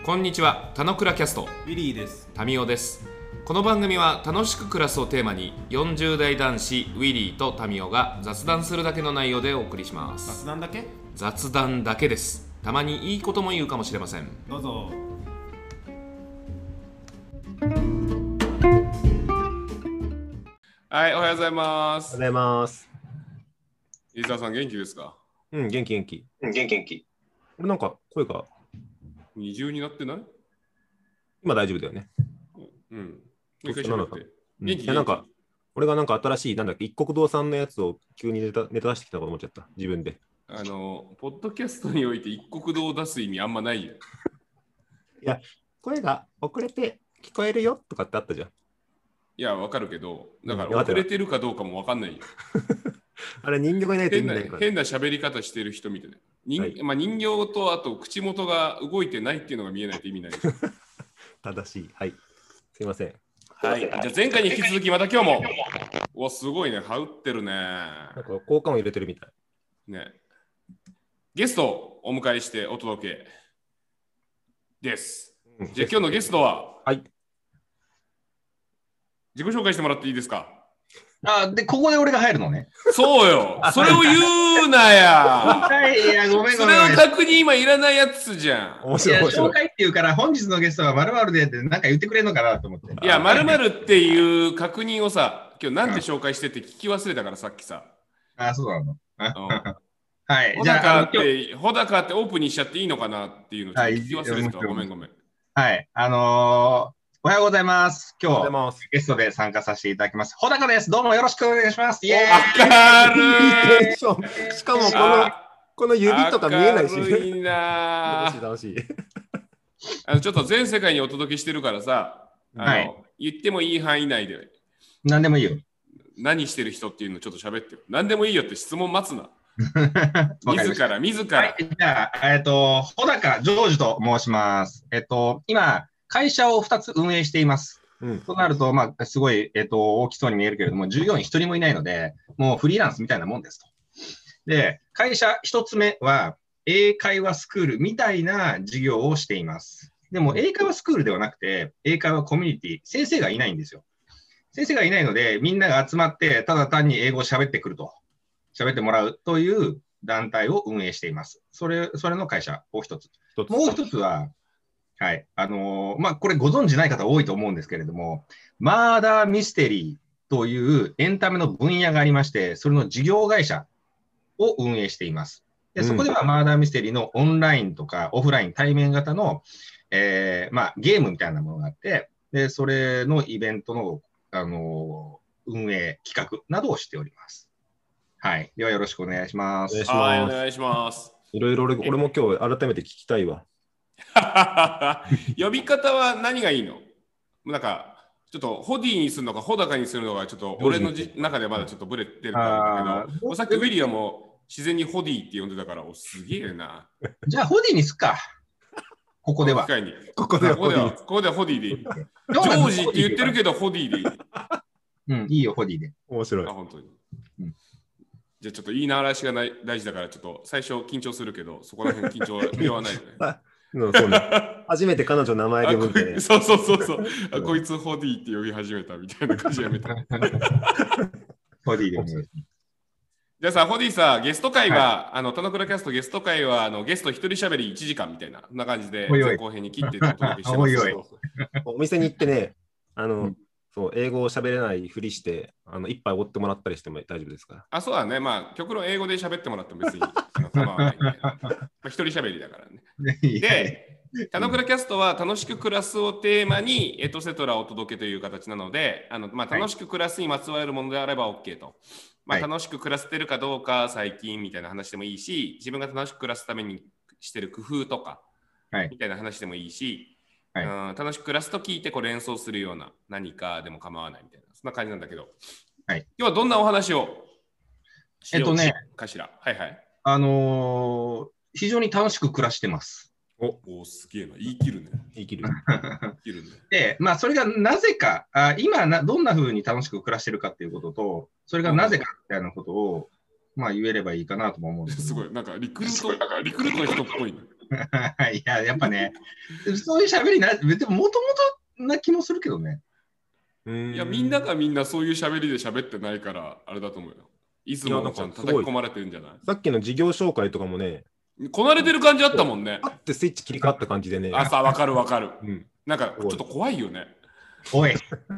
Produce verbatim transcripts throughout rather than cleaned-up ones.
こんにちは、たのくらキャストウィリーです。 タミオです。この番組は楽しく暮らすをテーマによんじゅう代男子ウィリーとタミオが雑談するだけの内容でお送りします。 雑談だけ？ 雑談だけです。たまにいいことも言うかもしれません。 どうぞ。 はい、おはようございます。 おはようございます。 伊沢さん元気ですか？ うん、元気元気。 うん、元気元気。 俺なんか声が二重になってない？ 今大丈夫だよね。 うん。もう一回喋って。元気？ いやなんか俺がなんか新しいなんだっけ一国堂さんのやつを急にネタネタ出してきたと思っちゃった自分で。 あのポッドキャストにおいて一国堂を出す意味あんまないよ。 いや声が遅れて聞こえるよとかってあったじゃん。 いやわかるけど、だから遅れてるかどうかもわかんないよ。 あれ人形がいないと意変な味ないから。 変な喋り方してる人みたいな。人,、はいまあ、人形とあと口元が動いてないっていうのが見えないと意味ない。 正しい。はい。すいません。 はい。じゃあ前回に引き続きまた今日も。おすごいね。羽打ってるね。 なんか効果音入れてるみたい。 ね。ゲストをお迎えしてお届けです。うん、じゃあ今日のゲストは、 はい。 自己紹介してもらっていいですか？ あ、で、ここで俺が入るのね。 そうよ。それを言うなや。 いや、ごめんごめん。 それを確認今いらないやつじゃん。 面白い面白い。 紹介っていうから、本日のゲストは〇〇でって何か言ってくれるのかなと思って。 いや、〇〇っていう確認をさ、今日なんて紹介してって聞き忘れたからさっきさ。 あ、そうなの。うん、はい。 ほだかって、ほだかってオープンにしちゃっていいのかなっていうのを聞き忘れてた。ごめんごめん。 はい。あのー、おはようございます。今日ゲストで参加させていただきます。ほだかです。どうもよろしくお願いします。イエーイ。明るい。 しかもこのこの指とか見えないし。 明るいな。 楽しい楽しい。 あのちょっと全世界にお届けしてるからさ、あの、はい、言ってもいい範囲内で。 何でもいいよ。 何してる人っていうのをちょっと喋ってよ。何でもいいよって質問待つな。自ら自ら。 はい、じゃあえっとほだかジョージと申します。えっと今。会社をふたつ運営しています。うん、となると、まあ、すごい、えっと、大きそうに見えるけれども、従業員ひとりもいないので、もうフリーランスみたいなもんですと。で、会社ひとつめは、英会話スクールみたいな事業をしています。でも、英会話スクールではなくて、英会話コミュニティ、先生がいないんですよ。先生がいないので、みんなが集まって、ただ単に英語を喋ってくると。喋ってもらうという団体を運営しています。それ、それの会社をひとつ。もうひとつは、はい。あのー、まあ、これご存知ない方多いと思うんですけれども、マーダーミステリーというエンタメの分野がありまして、それの事業会社を運営しています。で、そこではマーダーミステリーのオンラインとかオフライン対面型の、えー、まあ、ゲームみたいなものがあって、で、それのイベントの、あのー、運営、企画などをしております。はい。ではよろしくお願いします。 はい、お願いします。 いろいろ俺、俺も今日改めて聞きたいわ。 呼び方は何がいいの？なんかちょっとホディにするのかホダカにするのかちょっと俺のじ中でまだちょっとブレてるからだけど、さっきウィリアも自然にホディって呼んでたからおすげえな。 じゃあホディにすっか。ここでは。 ここではここではここではホディでいい。ジョージって言ってるけどホディでいい。 うん、いいよホディで。 面白い。 あ本当に。うん、じゃあちょっと言いならしがない大事だからちょっと最初緊張するけどそこら辺緊張ではないよね。 うん、そうね、初めて彼女の名前で呼んで、ね、 そうそうそうそうあこいつホディって呼び始めたみたいな感じやめたホディでもじゃあさホディさゲスト会は、はい、あの田之倉キャストゲスト会はあのゲスト一人しゃべりいちじかんみたいなそんな感じで前後編に切ってお届けしてますけどお店に行ってねあの、うんそう英語を喋れないふりしてあの一杯おごってもらったりしても大丈夫ですか？ あそうだねまあ極論英語で喋ってもらっても別に構わないみたいなまあ一人喋りだからねで田之倉キャストは楽しく暮らすをテーマにエトセトラをお届けという形なのであの、まあ、楽しく暮らすにまつわるものであれば OK と、まあ、楽しく暮らせてるかどうか最近みたいな話でもいいし自分が楽しく暮らすためにしてる工夫とか、はい、みたいな話でもいいしはい、うん楽しく暮らすと聞いてこう連想するような何かでも構わないみたいなそんな感じなんだけど、はい、今日はどんなお話をしようかしら、えっとね、はいはいあのー、非常に楽しく暮らしてます。 おおすげえな言い切るね言い切る言い切るねでまあそれがなぜかあ今などんな風に楽しく暮らしてるかっていうこととそれがなぜかみたいなことを、まあ、言えればいいかなとも思うんですけどすごいなんかリクルートリクルートの人っぽいねいや、やっぱね、そういう喋りな、でももともとな気もするけどね。 いや、みんながみんなそういう喋りで喋ってないから、あれだと思うよ。いつものちゃん叩き込まれてるんじゃない？ さっきの事業紹介とかもね、 こなれてる感じあったもんね。 あってスイッチ切り替わった感じでね。 あ、さ、わかるわかる。うん、なんか、ちょっと怖いよね。 おい。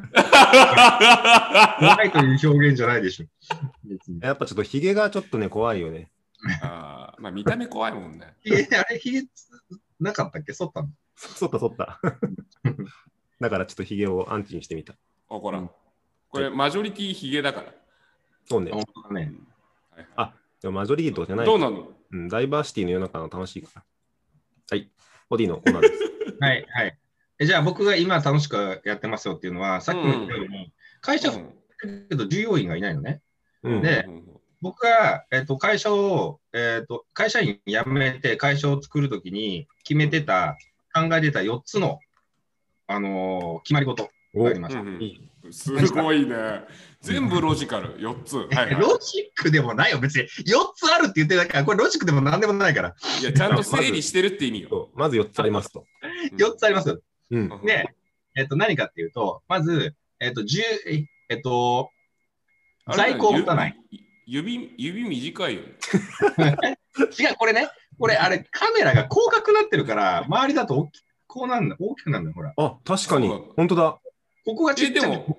怖いという表現じゃないでしょ。 やっぱちょっとヒゲがちょっとね、怖いよね。 あまあ、見た目怖いもんね。 ヒゲ、あれ、ヒゲなかったっけ？剃ったの？ 剃った剃った。だからちょっとヒゲをアンチにしてみた。 あ、こら。これ、マジョリティヒゲだから。 そうね。 ねあ、でもマジョリティとかじゃない。 どうなの？ うん、ダイバーシティの世の中の楽しいから。はい。ボディのコーナーです。 はい、はい。えじゃあ僕が今楽しくやってますよっていうのは、さっきも言ったように、うん、会社、けど従業員がいないのね。うん、で、うん僕が、えー、と会社を、えーと、会社員辞めて会社を作るときに決めてた、考えてたよっつの、あのー、決まり事がありました。うんうん、すごいね。全部ロジカル、よっつ。はいはい、 ロジックでもないよ、別に。よっつあるって言ってたから、これロジックでもなんでもないから。 いや、ちゃんと整理してるって意味よ。 まずよっつありますと。 よっつありますよ。 うん、 で、えっと、何かっていうと、まず、えっと、じゅうえっと、在庫を持たない。 指、指短いよね。 違う、これね、これ、あれ、カメラが広角になってるから、周りだと大きこうなんだ、大きくなるんだよ、ほら。 あ、確かに。本当だ。 ここがちっちゃいの。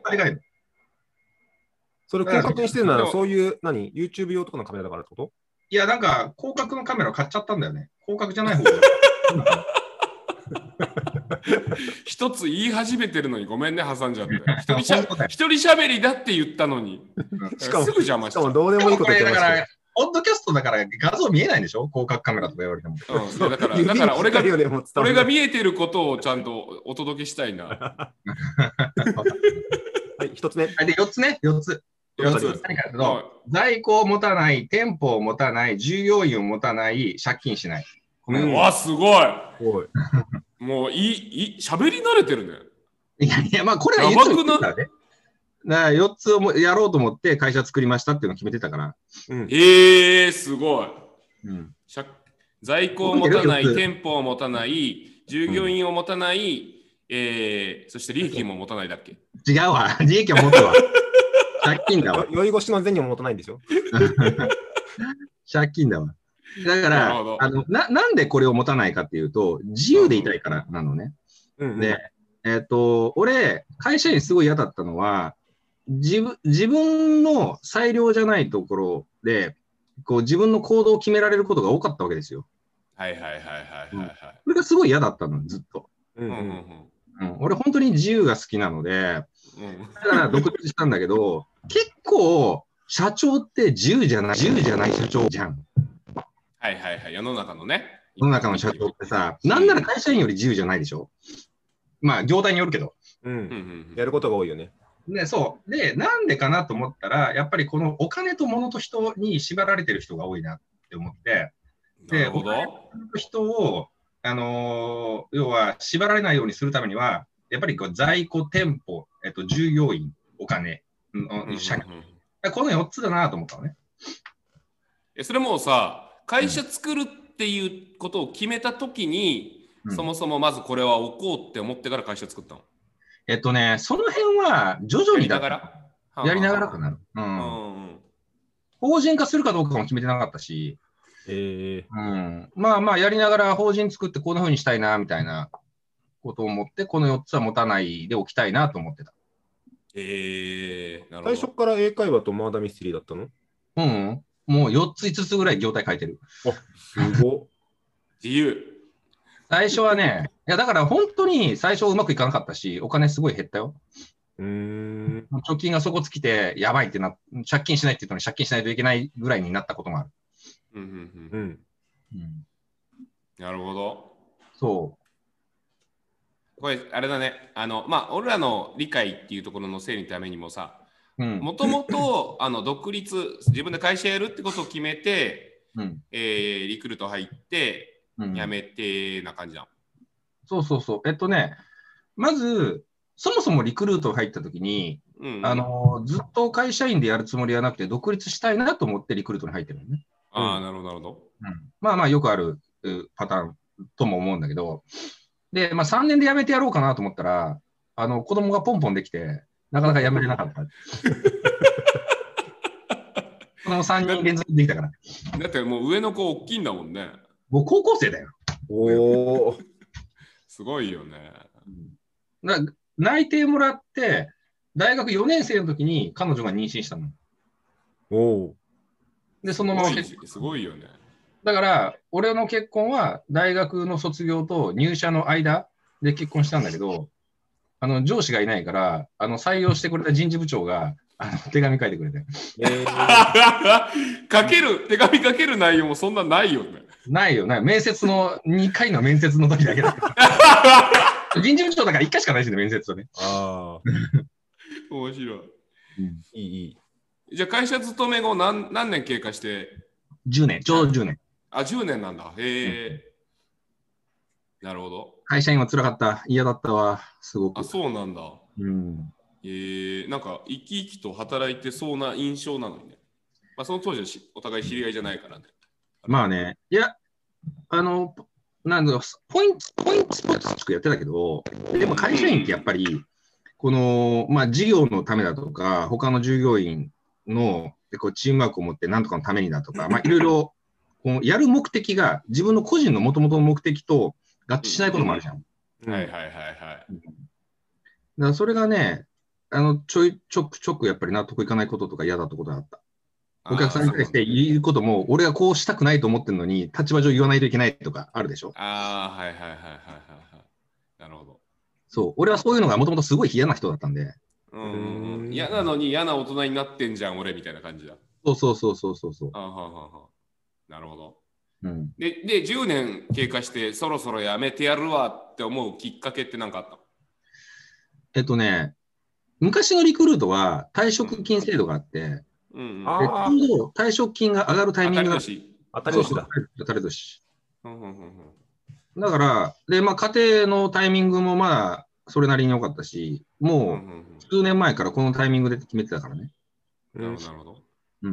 それ広角にしてるなら、そういう、何 ?YouTube 用とかのカメラだからってこと？ いや、なんか、広角のカメラ買っちゃったんだよね。広角じゃない方が。 一つ言い始めてるのにごめんね、挟んじゃって。一人しゃ一人しゃべりだって言ったのに。 しかも、 すぐ邪魔しちゃう。 しかもどうでもいいこと言ってましたよ。 ポッドキャストだから画像見えないんでしょ？広角カメラとか言われても。 うん、だから、だから俺が俺が見えてることをちゃんとお届けしたいな。 はい、一つ目。 で、四つね、四つ。四つ。何かというと、在庫を持たない、店舗を持たない、従業員を持たない、借金しない。 うわ、すごい。もういい、いい、喋り慣れてるね。 いやいや、まあこれは言ってたからね。だからよっつをもやろうと思って会社作りましたっていうのを決めてたから。 うん、えー、すごい、 うん。 在庫を持たない、店舗を持たない、従業員を持たない、うんえー、そして利益も持たないだっけ？ 違うわ。利益は持つわ。借金だわ。 酔い越しの銭を持たないんでしょ？ 借金だわ。だからあのな、なんでこれを持たないかっていうと、自由でいたいからなのね。 うんうん、 で、えっと、俺、会社員すごい嫌だったのは、自分、自分の裁量じゃないところで、こう自分の行動を決められることが多かったわけですよ。 はいはいはいはいはい、はい。 それがすごい嫌だったの、ずっと。 うんうんうんうん、俺、本当に自由が好きなので、うん、だから独立したんだけど、結構、社長って自由じゃない、自由じゃない社長じゃん。 はいはいはい、世の中のね。 世の中の社長ってさ、なんなら会社員より自由じゃないでしょ。まあ、業態によるけど。 うん。やることが多いよね。 で、そう。で、なんでかなと思ったら、やっぱりこのお金と物と人に縛られてる人が多いなって思って、で、お金と人を、あのー、要は縛られないようにするためには、やっぱりこう在庫、店舗、えっと、従業員、お金、社金。このよっつだなと思ったのね。 それもさ、会社作るっていうことを決めたときに、うん、そもそもまずこれは置こうって思ってから会社作ったの？ えっとね、その辺は徐々にだからやりながらかな。うん。 うん、 法人化するかどうかも決めてなかったし、 えーうん、まあまあやりながら法人作ってこんな風にしたいなみたいなことを思って、このよっつは持たないでおきたいなと思ってた。 えー、なるほど。 最初から英会話とマーダーミステリーだったの？ うん。もうよっついつつぐらい業態変えてる。 あ、すごっ。 自由。 最初はね、いやだから本当に最初うまくいかなかったし、お金すごい減ったよ。 うーん。 貯金が底尽きて、やばいってな、借金しないって言ったのに借金しないといけないぐらいになったこともある。 うんうんうん。 うん、 なるほど。 そう。 これ、あれだね。あの、まあ、俺らの理解っていうところの整理のためにもさ、もともと独立、自分で会社やるってことを決めて、 うんえー、リクルート入って、辞めてな感じだ、うん。 そうそうそう。えっとね、まず、そもそもリクルート入ったときに、うんうん、あの、ずっと会社員でやるつもりはなくて、独立したいなと思ってリクルートに入ってるのね。 ああ、うん、なるほど、なるほど。 うん、まあまあ、よくあるパターンとも思うんだけど、で、まあさんねんで辞めてやろうかなと思ったら、あの、子供がポンポンできて、なかなか辞めれなかった。このさんにん連続できたから。 だってもう上の子大きいんだもんね。 もう高校生だよ。 おー。 すごいよね。 だ内定もらって、大学よねん生の時に彼女が妊娠したの。 おで、そのまま結構すごいよね。 だから、俺の結婚は大学の卒業と入社の間で結婚したんだけど、あの上司がいないから、あの採用してくれた人事部長があの手紙書いてくれて。 えー、 かける、手紙かける内容もそんなないよね。 ないよね。面接のにかいの面接の時だけだから。人事部長だからいっかいしかないしね、面接はね。 ああ。 面白い。 うん、いい、いい。じゃあ会社勤め後何何年経過して？ じゅうねん、ちょうどじゅうねん。 あ、じゅうねんなんだ。へえ、うん。なるほど。 会社員は辛かった。嫌だったわ。すごく。 あ、そうなんだ。 うん。 えー、なんか生き生きと働いてそうな印象なのにね。まあ、その当時はしお互い知り合いじゃないからね。 まあね。いや、あの、なんだろう、ポイント、ポイントスポーツしかやってたけど、でも会社員ってやっぱり、この、まあ、事業のためだとか、他の従業員のでこうチームワークを持って何とかのためにだとか、まあ、いろいろ、こうやる目的が自分の個人のもともとの目的と合致しないこともあるじゃん。 うん、はいはいはいはい。 だからそれがね、あのちょいちょくちょくやっぱり納得いかないこととか嫌だったことがあった。お客さんに対して言うことも、俺がこうしたくないと思ってるのに、立場上言わないといけないとかあるでしょ。 ああ、はいはいはいはいはい。なるほど。 そう、俺はそういうのがもともとすごい嫌な人だったんで。 うんうんうん、嫌なのに嫌な大人になってんじゃん、俺みたいな感じだ。 そうそうそうそうそうそう。 あはははなるほど。 うん、 でで、じゅうねん経過して、そろそろやめてやるわって思うきっかけって何かあったの？ えっとね、昔のリクルートは退職金制度があって、うんうん、ちょうど退職金が上がるタイミングが当たり年だ。 当たり年。だから、で、まあ、家庭のタイミングもまあ、それなりに良かったし、もう数年前からこのタイミングで決めてたからね。 なるほど、なるほど。 うん。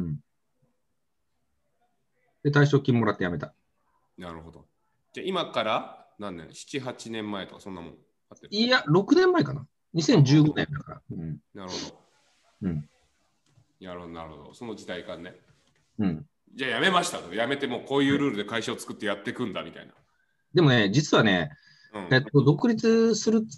で、退職金もらって辞めた。 なるほど。じゃあ今から何年 ?なな、はちねんまえとかそんなもん。 いや、ろくねんまえかな。にせんじゅうごねんだから。うん、 なるほど。 うん。 なるほど、なるほど。その時代感ね。 うん。 じゃあ辞めましたと。辞めてもうこういうルールで会社を作ってやっていくんだみたいな。 でもね、実はね、うん、えっと、独立するって、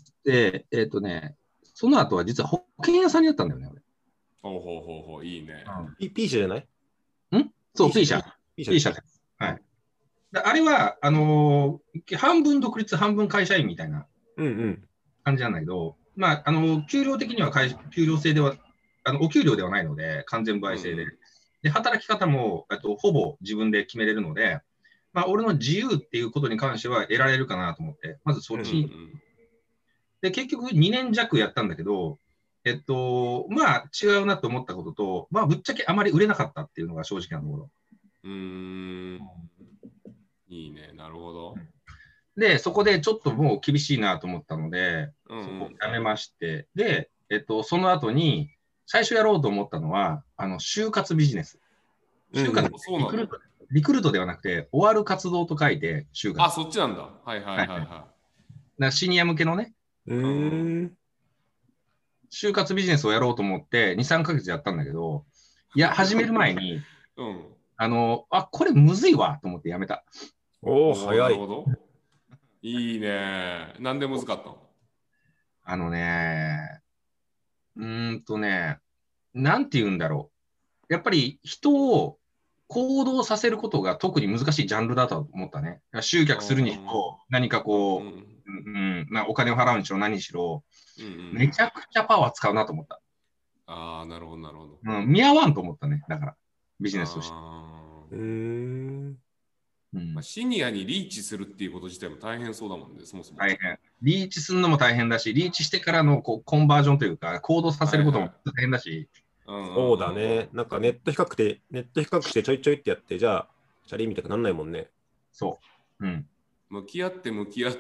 えっとね、その後は実は保険屋さんになったんだよね、俺。 ほうほうほうほう、いいね。 うん、P 社じゃない？ んそう、P 社。P 社。P 社です。はい。あれは、あのー、半分独立、半分会社員みたいな感じなんだけど、うんうん、まあ、あの、給料的には会給料制では、あの、お給料ではないので、完全倍制で。うん、で、働き方も、とほぼ自分で決めれるので、まあ、俺の自由っていうことに関しては得られるかなと思って、まずそっちに。うんうん、で、結局にねん弱やったんだけど、えっと、まあ、違うなと思ったことと、まあ、ぶっちゃけあまり売れなかったっていうのが正直なところ。 うーん。いいね、なるほど。 で、そこでちょっともう厳しいなと思ったので、うんうん、そこをやめまして、で、えっと、その後に、最初やろうと思ったのは、あの、就活ビジネス。就活、うん、リクルート、リクルートではなくて、終わる活動と書いて、就活。 あ、そっちなんだ。はいはいはいはい。はい、だからシニア向けのね。 うーん。 就活ビジネスをやろうと思って、に、さんかげつやったんだけど、いや、始める前に、うん、あの、あ、これむずいわと思ってやめた。 おお、早い。 なるほど。いいね。なんで難かったの？ あのね、うーんとね、なんて言うんだろう。やっぱり人を行動させることが特に難しいジャンルだと思ったね。集客するにしろ、何かこう、うんうんまあ、お金を払うにしろ何にしろ、うんうん、めちゃくちゃパワー使うなと思った。 ああ、なるほど、なるほど。 うん、見合わんと思ったね。だから、ビジネスとして。 うーんうんまあ、シニアにリーチするっていうこと自体も大変そうだもんね、そもそも。 大変。リーチするのも大変だし、リーチしてからのこうコンバージョンというか、行動させることも大変だし。 はいはい、そうだね。なんかネット比較で、ネット比較してちょいちょいってやって、じゃあ、チャリみたいになんないもんね。 そう。うん。 向き合って向き合って、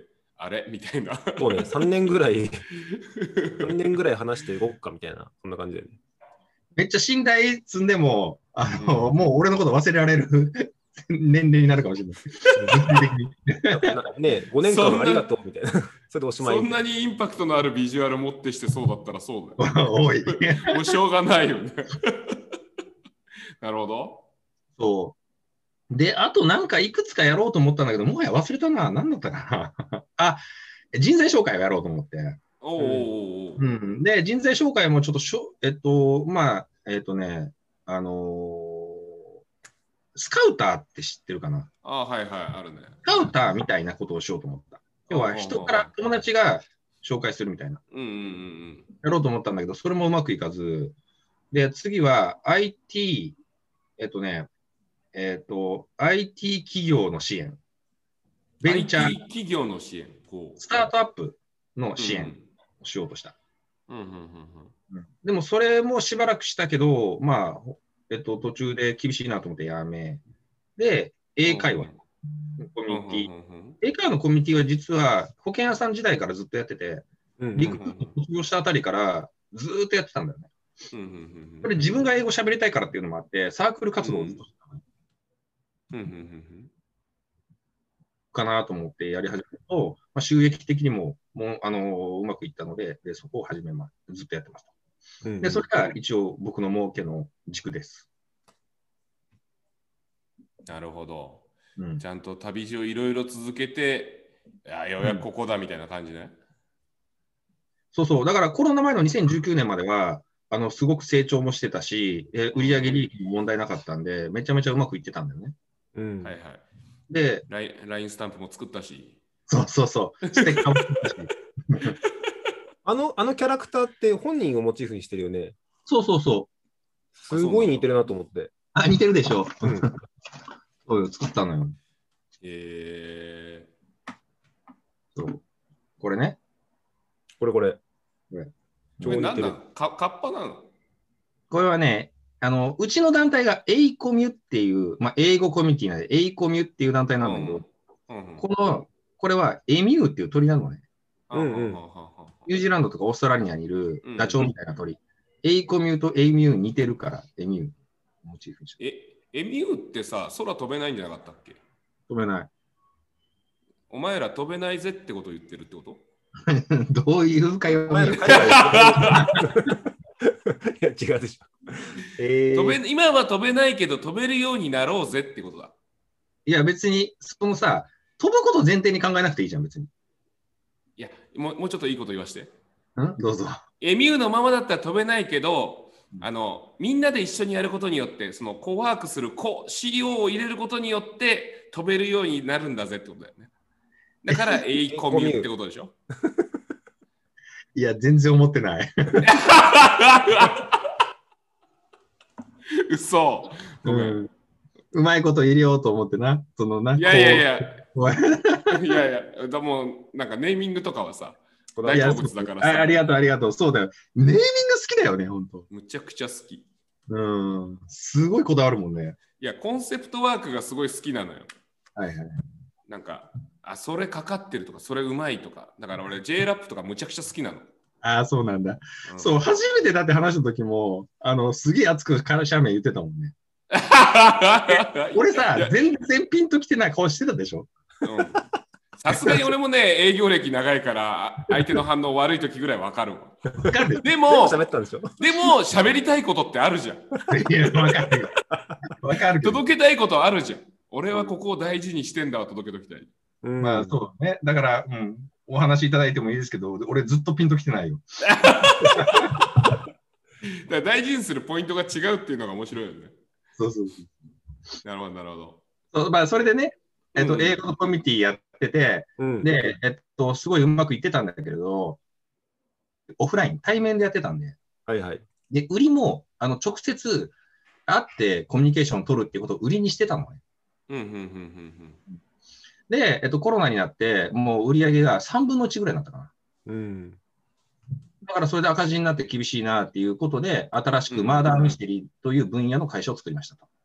あれみたいな。 そうね、さんねんぐらい、さんねんぐらい話して動くかみたいな、そんな感じだよね。 めっちゃ信頼積んでも、あの、うん、もう俺のこと忘れられる年齢になるかもしれない。物理的に。ね、ごねんかんありがとうみたいな。それでおしまい。 そんなにインパクトのあるビジュアル持ってしてそうだったらそうだよ、ね。 多い。 もうしょうがないよね。なるほど。 そう。で、あとなんかいくつかやろうと思ったんだけど、もはや忘れたな。何だったかな。あ、人材紹介をやろうと思って。 おお、 うん。で、人材紹介もちょっとしょ、えっと、まあ、えっとね、あのー、スカウターって知ってるかな？ あ、はいはい、あるね。 スカウターみたいなことをしようと思った。要は人から友達が紹介するみたいな。 うんうんうん。 やろうと思ったんだけど、それもうまくいかず。で、次は アイティー、えっとね、えっと、アイティー 企業の支援。ベンチャー。 アイティー 企業の支援。こうスタートアップの支援をしようとした。 うんうんうんうん、 でもそれもしばらくしたけど、まあ、えっと、途中で厳しいなと思ってやめ。で、英会話のコミュニティ。英会話のコミュニティは実は保険屋さん時代からずっとやってて、リクルート卒業したあたりからずっとやってたんだよね。これ自分が英語喋りたいからっていうのもあって、サークル活動をずっとしたの。かなと思ってやり始めると、まあ、収益的にももう、あのー、うまくいったので、でそこを始めます。ずっとやってますと。で、それが一応僕の儲けの軸です。 なるほど。 うん、 ちゃんと旅路をいろいろ続けて、いやようやくここだみたいな感じね、うん。 そうそう。だからコロナ前のにせんじゅうきゅうねんまでは、あのすごく成長もしてたし、え売上利益も問題なかったんで、めちゃめちゃうまくいってたんだよね。 うん、はいはい。 で、 ライン、ラインスタンプも作ったし。 そうそうそう。ステッカーも作ったし。 あの、あのキャラクターって本人をモチーフにしてるよね。 そうそうそう。 すごい似てるなと思って。 あ、似てるでしょ。うん、そうよ、作ったのよ。 えー、 そう。これね。 これこれ。 これこれ何なの？かカッパなの？ これはね、あの、うちの団体がエイコミュっていう、まあ、英語コミュニティなんで、エイコミュっていう団体なんだけど、うんうん、この、これはエミューっていう鳥なのね。うんうん、ニュージーランドとかオーストラリアにいるダチョウみたいな鳥。うんうん、エイコミュとエミュー似てるから、エミューモチーフにして。 え、エミューってさ、空飛べないんじゃなかったっけ？ 飛べない。 お前ら飛べないぜってことを言ってるってこと？ どういう会話？いや違うでしょ、 えー、飛べ今は飛べないけど飛べるようになろうぜってことだ。 いや別にそのさ、飛ぶこと前提に考えなくていいじゃん別に。 いやもう、もうちょっといいこと言わして。 んどうぞ。 エミューのままだったら飛べないけど、あのみんなで一緒にやることによってそのコワークするコ シーオー を入れることによって飛べるようになるんだぜってことだよね。だからエイコミュってことでしょ。 いや全然思ってない。 嘘。ごめん、うん。 うまいこと入れようと思ってな。そのないやいやいや。いやいや、でもなんかネーミングとかはさ、大好物だからさ。 あ, ありがとうありがとう。そうだよ。ネーミング好きだよね、本当。 むちゃくちゃ好き。 うん。すごいこだわるもんね。 いや、コンセプトワークがすごい好きなのよ。 はいはい。 なんか、あ、それかかってるとか、それうまいとか。だから俺、J ラップとかむちゃくちゃ好きなの。 ああ、そうなんだ、うん。そう、初めてだって話した時も、あの、すげえ熱くからしゃべ言ってたもんね。俺さ、全然ピンときてない顔してたでしょ。 さすがに俺もね、営業歴長いから、相手の反応悪い時ぐらい分かるわ。でも、でも喋りたいことってあるじゃん。いや、分かるよ。分かる。届けたいことあるじゃん。俺はここを大事にしてんだわ、届けときたい。 うん、まあそうね。だから、うん、お話いただいてもいいですけど、俺ずっとピンときてないよ。 だから大事にするポイントが違うっていうのが面白いよね。 そうそうそう。 なるほど、なるほど。 そうまあ、それでね、えっと、うん、英語のコミュニティやってて、うん、で、えっと、すごいうまくいってたんだけれど、オフライン、対面でやってたんで、 はいはい。 で、売りも、あの、直接会ってコミュニケーションを取るっていうことを売りにしてたのね。 うんうんうんうんうん。 で、えっと、コロナになって、もう売り上げがさんぶんのいちぐらいになったかな。 うん。 だからそれで赤字になって厳しいなっていうことで、新しくマーダーミステリーという分野の会社を作りましたと。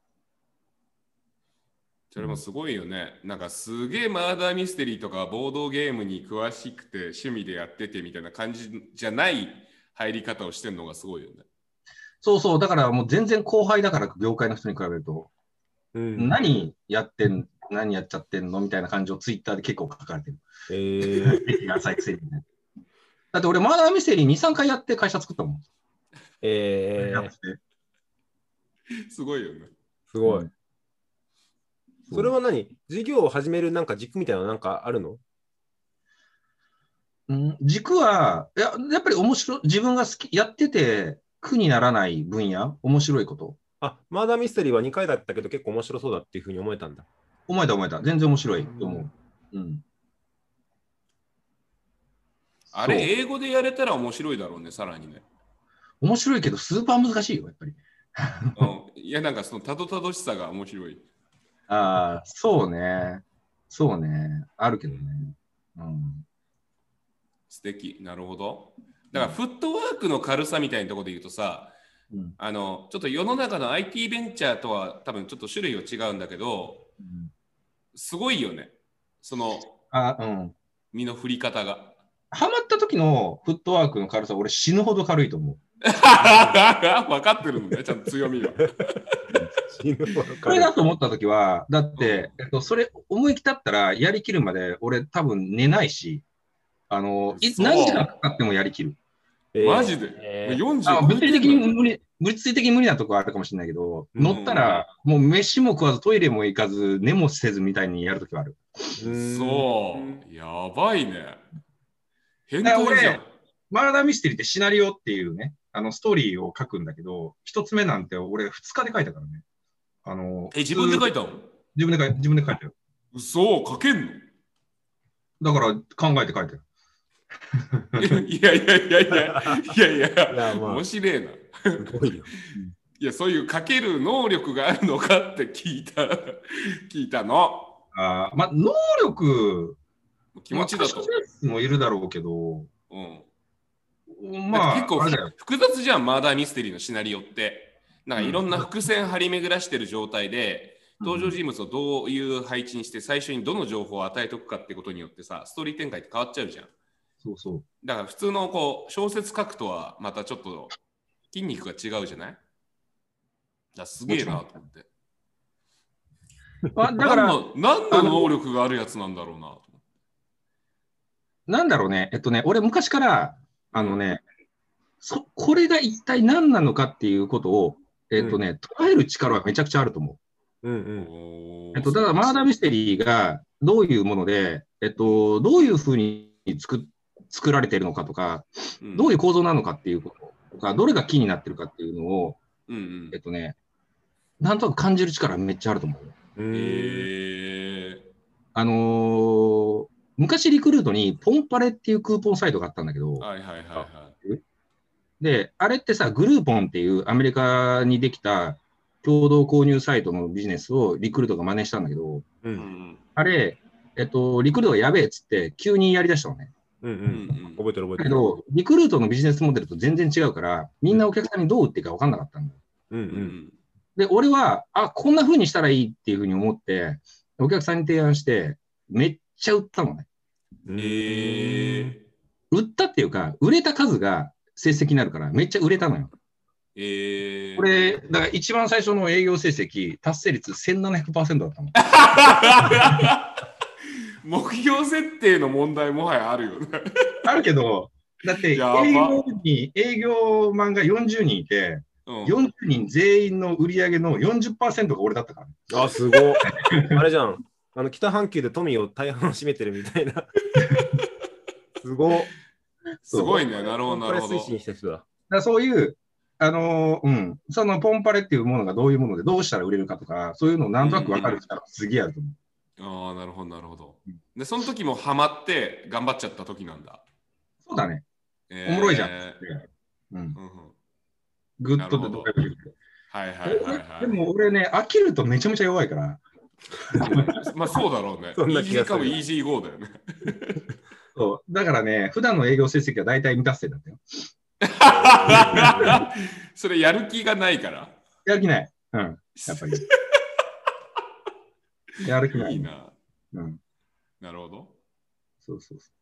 それもすごいよね。なんかすげえマーダーミステリーとかボードゲームに詳しくて趣味でやっててみたいな感じじゃない入り方をしてるのがすごいよね。 そうそう、だからもう全然後輩だから、業界の人に比べると。 うん、何やってん、何やっちゃってんのみたいな感じをツイッターで結構書かれてる。えー、浅いくせにね。だって俺、マーダーミステリーに、さんかいやって会社作ったもん。 えー、 すごいよね。 すごい。うん、それは何？事業を始めるなんか軸みたいなのなんかあるの？ うん、軸はや、やっぱり面白い、自分が好き、やってて苦にならない分野、面白いこと。 あ、マーダーミステリーはにかいだったけど結構面白そうだっていうふうに思えたんだ。 思えた思えた。全然面白いと思う。うん。 あれ、英語でやれたら面白いだろうね、さらにね。 面白いけど、スーパー難しいよ、やっぱり。 うん、いや、なんかそのたどたどしさが面白い。 ああ、そうね。そうね。あるけどね。うん。 素敵。なるほど。だからフットワークの軽さみたいなところで言うとさ、うん、あのちょっと世の中の アイティー ベンチャーとは多分ちょっと種類は違うんだけど、うん、すごいよね。そのあ、うん、 身の振り方が。 ハマった時のフットワークの軽さ、俺死ぬほど軽いと思う。 分かってるのね、ちゃんと強みが。 これだと思った時は、だって、うん、えっと、それ思い切ったらやりきるまで俺多分寝ないし、あの、何時間かかってもやりきる。 えー、マジで、えー、よんじゅうあ物理的に無理、物理的に無理なとこあるかもしれないけど、うん、乗ったらもう飯も食わずトイレも行かず寝もせずみたいにやるときはある。 そう、やばいね。変態じゃん。 マーダーミステリーってシナリオっていうね、あのストーリーを書くんだけど、一つ目なんて俺ふつかで書いたからね。あのえ、自分で書いたの？ 自分で書い自分で書いたよ。 嘘、書けんの？ だから考えて書いてる。 いやいやいやいやいやいや、いやまあ、面白いな。すごいよ。いや、そういう書ける能力があるのかって聞いた、聞いたの。 あまあ、能力、 気持ちだと。 もいるだろうけど、 うん。まあ、結構複雑じゃん、マーダーミステリーのシナリオって。なんかいろんな伏線張り巡らしてる状態で、登場人物をどういう配置にして、最初にどの情報を与えとくかってことによってさ、ストーリー展開って変わっちゃうじゃん。 そうそう。 だから普通のこう小説書くとはまたちょっと筋肉が違うじゃない？だすげえなと思って。あだから何の、何の能力があるやつなんだろうなと。 なんだろうね。えっとね、俺昔からあのね、うん、そこれが一体何なのかっていうことを、えっとね、うん、捉える力はめちゃくちゃあると思う。うんうん、えっと、だからマーダーミステリーがどういうもので、えっと、どういうふうに作作られているのかとか、うん、どういう構造なのかっていうこととか、どれが木になってるかっていうのを、うんうん、えっとね、なんとなく感じる力めっちゃあると思う。へー。あのー、昔リクルートにポンパレっていうクーポンサイトがあったんだけど、はいはいはいはい。で、あれってさ、グルーポンっていうアメリカにできた共同購入サイトのビジネスをリクルートが真似したんだけど、うん、あれ、えっと、リクルートがやべえっつって急にやりだしたのね。うんうん、覚えてる覚えてる。だけど、リクルートのビジネスモデルと全然違うから、みんなお客さんにどう売っていいか分かんなかったんだ。うんうん、で、俺は、あ、こんな風にしたらいいっていう風に思って、お客さんに提案して、めっちゃ売ったのね。えー、売ったっていうか、売れた数が成績になるから、めっちゃ売れたのよ。えー、これ、だから一番最初の営業成績、達成率せんななひゃくパーセント だったの。 目標設定の問題もはやあるよね。 あるけど、だって営業に営業マンがよんじゅうにんいて、うん、よんじゅうにん全員の売り上げの よんじゅっパーセント が俺だったから。 あ、すごい。あれじゃん。あの北半球で富を大半占めてるみたいな。すごい。 すごいね。なるほど、なるほど。 だそういう、あのー、うん、そのポンパレっていうものがどういうものでどうしたら売れるかとか、そういうのをなんとなく分かる力がすげえあると思う。 ああ、なるほど、なるほど。で、その時もハマって頑張っちゃった時なんだ。 そうだね。えー、おもろいじゃん。うん。グッドでどこか行く。はいはいはいはい。でも俺ね、飽きるとめちゃめちゃ弱いから。 まあそうだろうね。イージーカムイージーゴーだよね。 そう。だからね、普段の営業成績は大体未達成だったよ。 それやる気がないから。 やる気ない。うん。やっぱり。やる気ない。 いいな。うん。なるほど。 そうそうそう。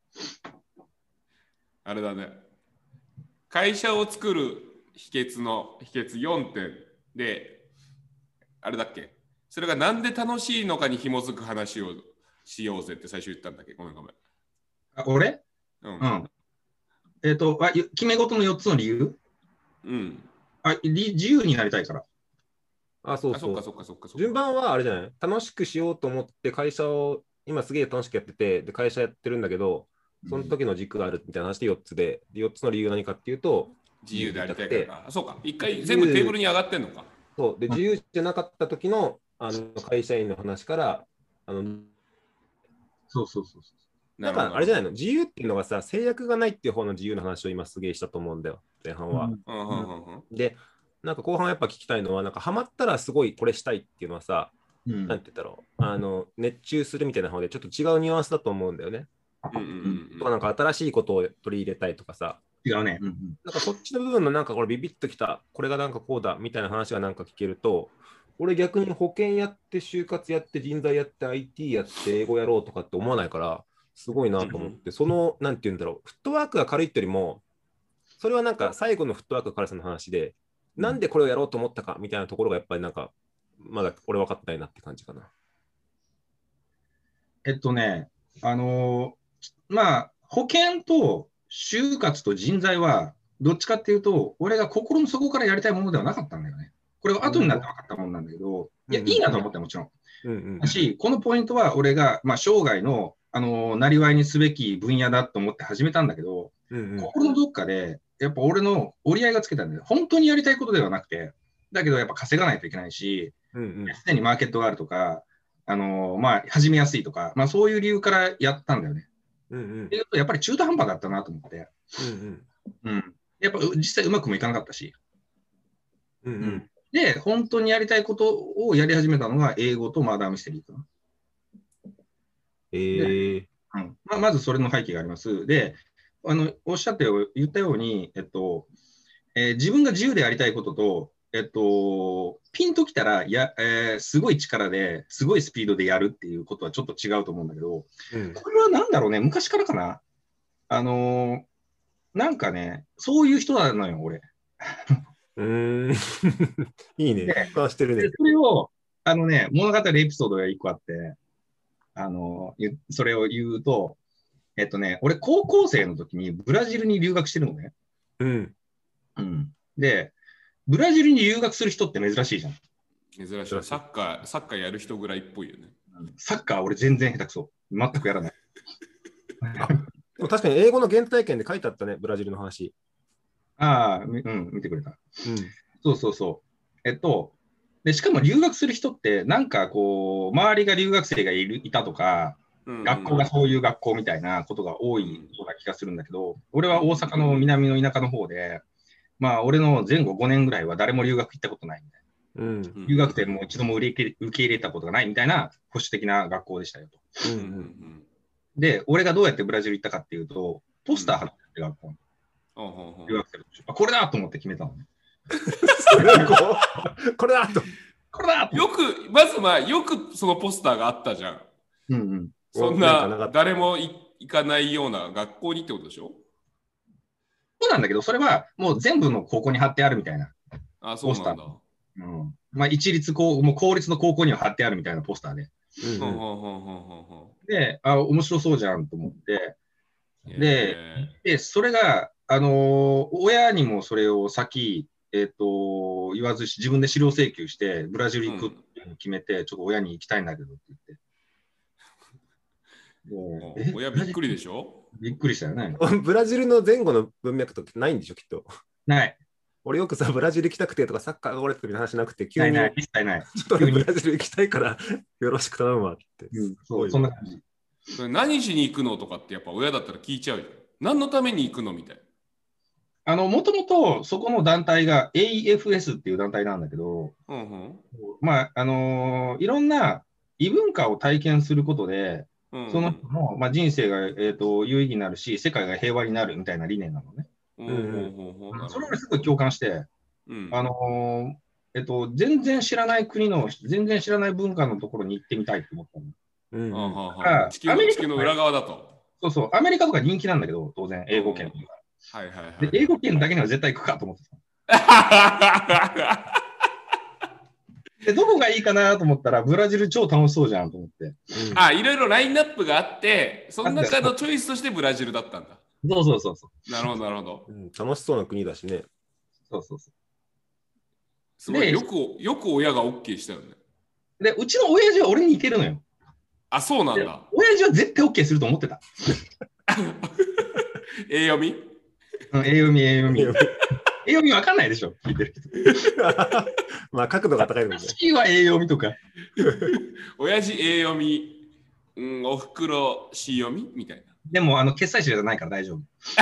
あれだね。会社を作る秘訣の秘訣よんてんで、あれだっけ？ それがなんで楽しいのかに紐づく話をしようぜって最初言ったんだっけ。ごめんごめん。 あ、俺うん。うん、えっ、ー、とあ、決め事のよっつの理由うん。 あ、自由になりたいから。 あ、そうそう。順番はあれじゃない？楽しくしようと思って会社を今すげえ楽しくやってて、で会社やってるんだけど、その時の軸があるみたいな話でよっつで、でよっつの理由は何かっていうと、 自由でありたいから。あ、そうか。一回全部テーブルに上がってんのか。 そう。で、自由じゃなかった時のあの会社員の話から、あのそうそうそうそう。 なんかあれじゃないの？自由っていうのがさ、制約がないっていう方の自由の話を今すげえしたと思うんだよ、前半は。 うん、 で、なんか後半やっぱ聞きたいのは、なんかハマったらすごいこれしたいっていうのはさ、 うん、 なんて言ったろう、あの熱中するみたいな方でちょっと違うニュアンスだと思うんだよね。 うんうんうん、 とかなんか新しいことを取り入れたいとかさ。 違うね。 うんうん、なんかそっちの部分のなんかこれビビッときた、これがなんかこうだみたいな話がなんか聞けると、俺逆に保険やって就活やって人材やって アイティー やって英語やろうとかって思わないから、すごいなと思って、そのなんて言うんだろう、フットワークが軽いってよりも、それはなんか最後のフットワークの軽さの話で、なんでこれをやろうと思ったかみたいなところがやっぱりなんか、まだ俺分かってないなって感じかな。 えっとね、あのー、まあ、保険と就活と人材は、どっちかっていうと、俺が心の底からやりたいものではなかったんだよね。これは後になって分かったものなんだけど、うん、いや、いいなと思ってもちろん。 うんうん、 だし、このポイントは俺が、まあ、生涯の、あのー、なりわいにすべき分野だと思って始めたんだけど、 うんうん、 心のどっかで、やっぱ俺の折り合いがつけたんだよ。本当にやりたいことではなくて、だけどやっぱ稼がないといけないし、 うんうん、 常にマーケットがあるとか、あのー、まあ、始めやすいとか、まあ、そういう理由からやったんだよね。 うんうん、 でやっぱり中途半端だったなと思って。 うんうん。やっぱ実際うまくもいかなかったし。 うんうん、 で、本当にやりたいことをやり始めたのが英語とマーダーミステリーかな。 えーうんまあ、まずそれの背景があります。で、あのおっしゃったよ言ったように、えっとえー、自分が自由でやりたいことと、えっと、ピンときたらや、えー、すごい力ですごいスピードでやるっていうことはちょっと違うと思うんだけど、 うん、 これは何だろうね、昔からかな。あのー、なんかね、そういう人なのよ、俺。 うーんいいね。 でしてるね。それを、あのね、物語エピソードが一個あって、あのー、それを言うと、えっとね、俺高校生の時にブラジルに留学してるのね。 うん。 うん。で、ブラジルに留学する人って珍しいじゃん。 珍しい。サッカー、サッカーやる人ぐらいっぽいよね。 サッカー俺全然下手くそ。全くやらない。 でも確かに英語の原体験で書いてあったね、ブラジルの話。 ああ、うん、見てくれた。 うん。 そうそうそう。えっと、でしかも留学する人って、なんかこう、周りが留学生がいるいたとか、うんうん、学校がそういう学校みたいなことが多いような気がするんだけど、俺は大阪の南の田舎の方で、まあ、俺の前後ごねんぐらいは誰も留学行ったことないみたいな。うん、留学生も一度も受け入れたことがないみたいな保守的な学校でしたよと。うんうんうん、で、俺がどうやってブラジル行ったかっていうと、ポスター貼ってる学校に。うん、留学生あ、これだと思って決めたのね。 これだと。 これだとよく、まずまあ、よくそのポスターがあったじゃん。 うんうん、 そんな誰も行かないような学校にってことでしょ？ そうなんだけど、それはもう全部の高校に貼ってあるみたいな。 あ、そうなんだ。 うん、まあ、一律高、もう公立の高校には貼ってあるみたいなポスターで。で、あ、面白そうじゃんと思って。で、でそれが、あのー、親にもそれを先、えっと、言わずし、自分で資料請求して、ブラジル行くっていうのを決めて、うん、ちょっと親に行きたいんだけどって言って。 で親びっくりでしょ？ びっくりしたよね。 ブラジルの前後の文脈とかないんでしょ、きっと。 ない。 俺よくさ、ブラジル行きたくてとかサッカーが俺って話なくて、急に。 ないない、一切ない。 ちょっとブラジル行きたいからよろしく頼むわって。 うん、そう、そんな感じ。 何しに行くのとかってやっぱ親だったら聞いちゃうよ。何のために行くのみたいな。 あの、もともとそこの団体が エーイーエフエス っていう団体なんだけど、 うんうん、 まあ、あのー、いろんな異文化を体験することで、うんうん、その人の、まあ、人生が、えーと、有意義になるし、世界が平和になるみたいな理念なのね。それをすごい共感して、うん、あのー、えっと、全然知らない国の、全然知らない文化のところに行ってみたいと思ったの。 うんうん、地球の地球の裏側だと。 そうそう、アメリカとか人気なんだけど、当然、英語圏とか。 はいはいはい、 で英語圏だけには絶対行くかと思ってた。 で、どこがいいかなと思ったら、ブラジル超楽しそうじゃんと思って。うん、 あ、いろいろラインナップがあって、その中のチョイスとしてブラジルだったんだ。 そうそうそうそう。 なるほど、なるほど、 うん。楽しそうな国だしね。 そうそうそう。 すごい、よく、よく親が OK したよね。 で、うちの親父は俺に似てるのよ。 あ、そうなんだ。 親父は絶対 OK すると思ってた。 A 読みうん、A 読み、A 読み。A 読みわかんないでしょ、聞いてる人。まあ、角度が高いので。 好きは A 読みとか。 親父 A 読み、うん、おふくろ C 読みみたいな。 でも、あの、決済者じゃないから大丈夫。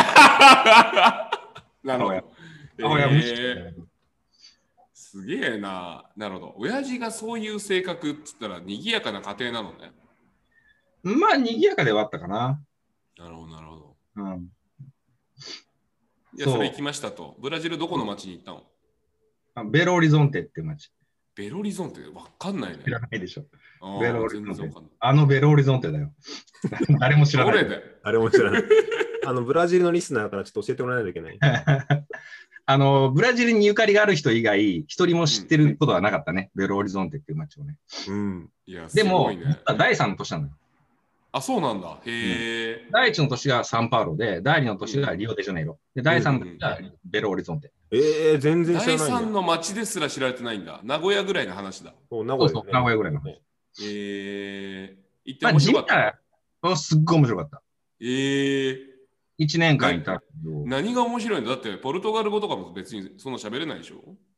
なるほど。 親無視して。 すげえな。なるほど。親父がそういう性格っつったら、賑やかな家庭なのね。 まあ、賑やかではあったかな。 なるほど、なるほど。 うん。 いや、それ行きましたと。ブラジルどこの町に行ったの？ あ、ベロオリゾンテって町。 ベロオリゾンテわかんないね。 知らないでしょ。 あベロオリゾンテ。あのベロオリゾンテだよ。誰も知らない。 誰も知らない。あの、ブラジルのリスナーからちょっと教えてもらわないといけない。 あの、ブラジルにゆかりがある人以外、一人も知ってることはなかったね。うん、ベロオリゾンテっていう街をね。 うん。 いや、 でも、だいさんの年なのよ。 あ、そうなんだ。へえ、 うん。だいいちの年がサンパウロで、だいにの年がリオデジャネイロ。で、だいさんの年がベロオリゾンテ。 うんうん、ええー、全然知らない、ね。 だいさんの街ですら知られてないんだ。名古屋ぐらいの話だ。 そう、名古屋、ね、 そうそう、名古屋ぐらいの話。 ええー、行って面白かった。 まあ、すっごい面白かった。 ええー。 いちねんかんいた。 何が面白いんだ？だってポルトガル語とかも別にそんな喋れないでしょ、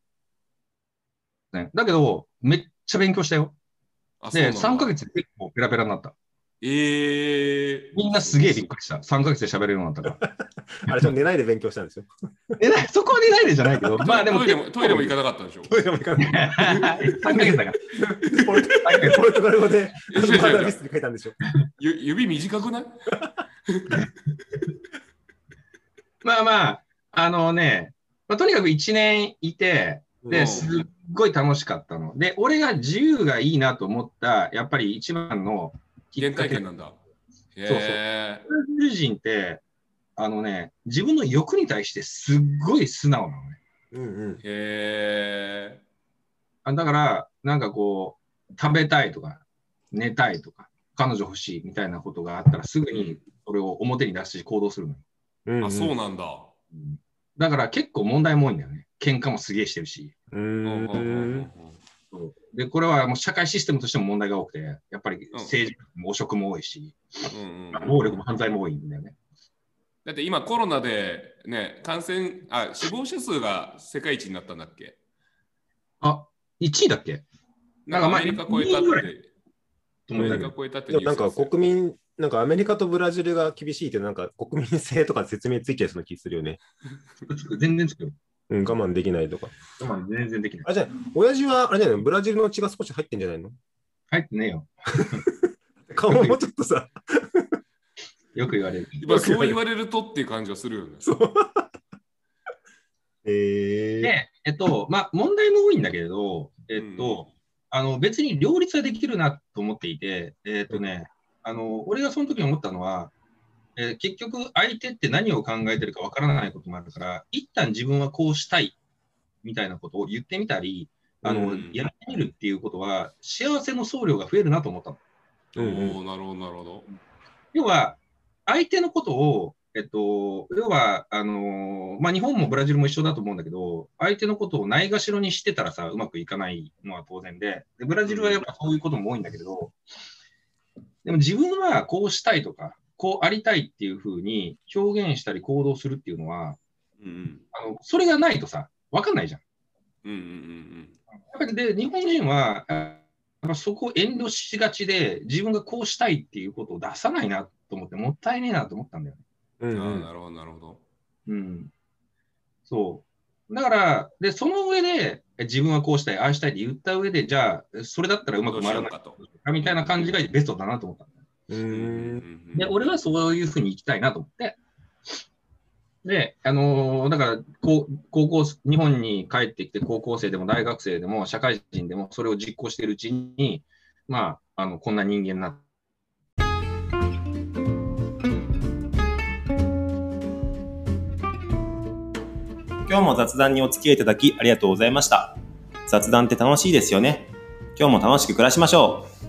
ね、だけど、めっちゃ勉強したよ。で、さんかげつで結構ペラペラになった。 ええー。 みんなすげえびっくりした。さんかげつで喋れるようになったから。 あれ、ちょっと寝ないで勉強したんですよ。 寝ない、そこは寝ないでじゃないけど。 まあでもトイレも、トイレも行かなかったでしょ。 トイレも行かなかった。 さんかげつだから。 ポルトガル語で、マーダービスに書いたんでしょ。 指短くない？ まあまあ、あのね、まあ、とにかくいちねんいて、で、すっごい楽しかったの。で、俺が自由がいいなと思った、やっぱり一番の原体験なんだ。 そうそう。ブラジル人って、あのね、自分の欲に対してすっごい素直なのね。 うんうん。 へー。だから、なんかこう、食べたいとか、寝たいとか、彼女欲しいみたいなことがあったら、すぐにそれを表に出して行動するのよ。 うんうん、あ、そうなんだ。 だから結構問題も多いんだよね。喧嘩もすげえしてるし。 うーん。 で、これはもう社会システムとしても問題が多くて、やっぱり政治も汚職も多いし、うんうん、暴力も犯罪も多いんだよね。 だって今コロナでね、感染、あ、死亡者数が世界一になったんだっけ？ あ、いちいだっけ？ なんかアメリカ超えたって。アメリカ超えたってニュース。 なんか国民、なんかアメリカとブラジルが厳しいけど、なんか国民性とか説明ついちゃいそうな気するよね。 全然つくよ。 うん、我慢できないとか。 我慢全然できない。 あ、じゃあ、親父は、あれじゃないの、ブラジルの血が少し入ってんじゃないの？ 入ってねえよ。 顔もちょっとさ。 よく言われる。 今そう言われるとっていう感じがするよね。 そう。えー、 で、えっと、まあ、問題も多いんだけれど、えっと、うん、あの別に両立はできるなと思っていて、えっとね、あの俺がその時に思ったのは、えー、結局相手って何を考えてるかわからないこともあるから、一旦自分はこうしたいみたいなことを言ってみたり、あの、うん、やってみるっていうことは幸せの総量が増えるなと思ったの。 おお、なるほどなるほど。 要は相手のことを、えっと、要はあのー、まあ、日本もブラジルも一緒だと思うんだけど、相手のことをないがしろにしてたらさ、うまくいかないのは当然で、でブラジルはやっぱそういうことも多いんだけど、でも自分はこうしたいとか、こうありたいっていうふうに表現したり行動するっていうのは、 うん、 あのそれがないとさ、分かんないじゃん。 うんうんうん、 やっぱりで日本人はやっぱそこを遠慮しがちで、自分がこうしたいっていうことを出さないなと思って、もったいねえなと思ったんだよね。 うんうん、あなるほど、なるほど。 うん。そう。だから、で、その上で、自分はこうしたい、ああしたいって言った上で、じゃあ、それだったらうまく回らないかと。みたいな感じがベストだなと思ったんだよ。 うんで、俺はそういうふうに行きたいなと思って。で、あのー、だから、高校、日本に帰ってきて、高校生でも大学生でも社会人でもそれを実行しているうちに、まあ、あの、こんな人間になって、 今日も雑談にお付き合いいただきありがとうございました。雑談って楽しいですよね。 今日も楽しく暮らしましょう。